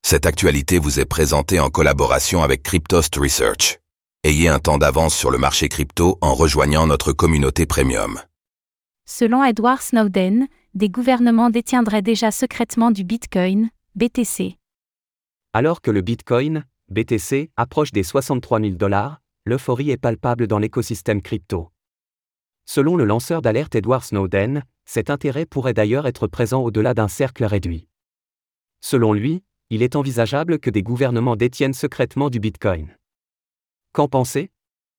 Cette actualité vous est présentée en collaboration avec Cryptost Research. Ayez un temps d'avance sur le marché crypto en rejoignant notre communauté premium. Selon Edward Snowden, des gouvernements détiendraient déjà secrètement du Bitcoin, BTC. Alors que le Bitcoin, BTC, approche des 63 000 $, l'euphorie est palpable dans l'écosystème crypto. Selon le lanceur d'alerte Edward Snowden, cet intérêt pourrait d'ailleurs être présent au-delà d'un cercle réduit. Selon lui, il est envisageable que des gouvernements détiennent secrètement du Bitcoin. Qu'en pensez ?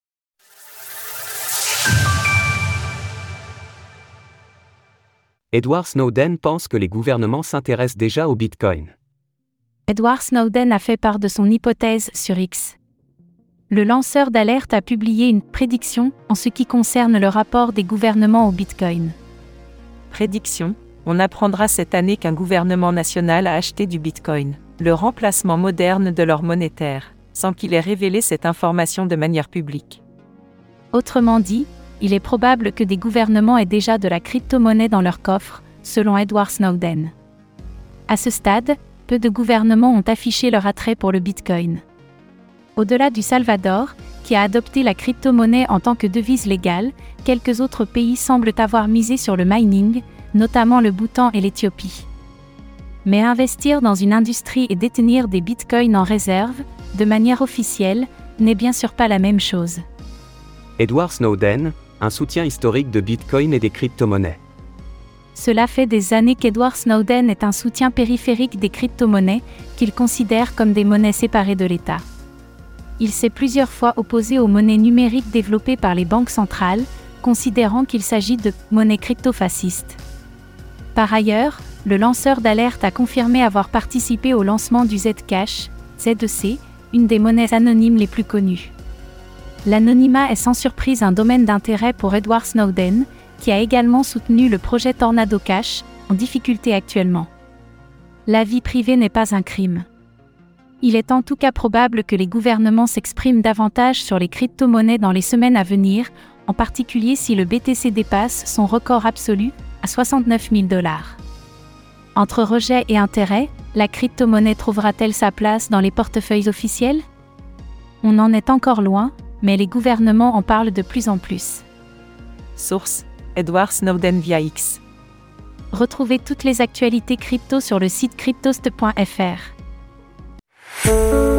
Edward Snowden pense que les gouvernements s'intéressent déjà au Bitcoin. Edward Snowden a fait part de son hypothèse sur X. Le lanceur d'alerte a publié une prédiction en ce qui concerne le rapport des gouvernements au Bitcoin. Prédiction : on apprendra cette année qu'un gouvernement national a acheté du Bitcoin, le remplacement moderne de l'or monétaire, sans qu'il ait révélé cette information de manière publique. Autrement dit, il est probable que des gouvernements aient déjà de la crypto-monnaie dans leur coffre, selon Edward Snowden. À ce stade, peu de gouvernements ont affiché leur attrait pour le Bitcoin. Au-delà du Salvador, qui a adopté la crypto-monnaie en tant que devise légale, quelques autres pays semblent avoir misé sur le mining, notamment le Bhoutan et l'Éthiopie. Mais investir dans une industrie et détenir des bitcoins en réserve, de manière officielle, n'est bien sûr pas la même chose. Edward Snowden, un soutien historique de Bitcoin et des crypto-monnaies. Cela fait des années qu'Edward Snowden est un soutien périphérique des crypto-monnaies, qu'il considère comme des monnaies séparées de l'État. Il s'est plusieurs fois opposé aux monnaies numériques développées par les banques centrales, considérant qu'il s'agit de « monnaies crypto-fascistes ». Par ailleurs, le lanceur d'alerte a confirmé avoir participé au lancement du Zcash, ZEC, une des monnaies anonymes les plus connues. L'anonymat est sans surprise un domaine d'intérêt pour Edward Snowden, qui a également soutenu le projet Tornado Cash, en difficulté actuellement. La vie privée n'est pas un crime. Il est en tout cas probable que les gouvernements s'expriment davantage sur les crypto-monnaies dans les semaines à venir, en particulier si le BTC dépasse son record absolu, à 69 000 $. Entre rejet et intérêt, la crypto-monnaie trouvera-t-elle sa place dans les portefeuilles officiels ? On en est encore loin, mais les gouvernements en parlent de plus en plus. Source : Edward Snowden via X. Retrouvez toutes les actualités crypto sur le site cryptost.fr.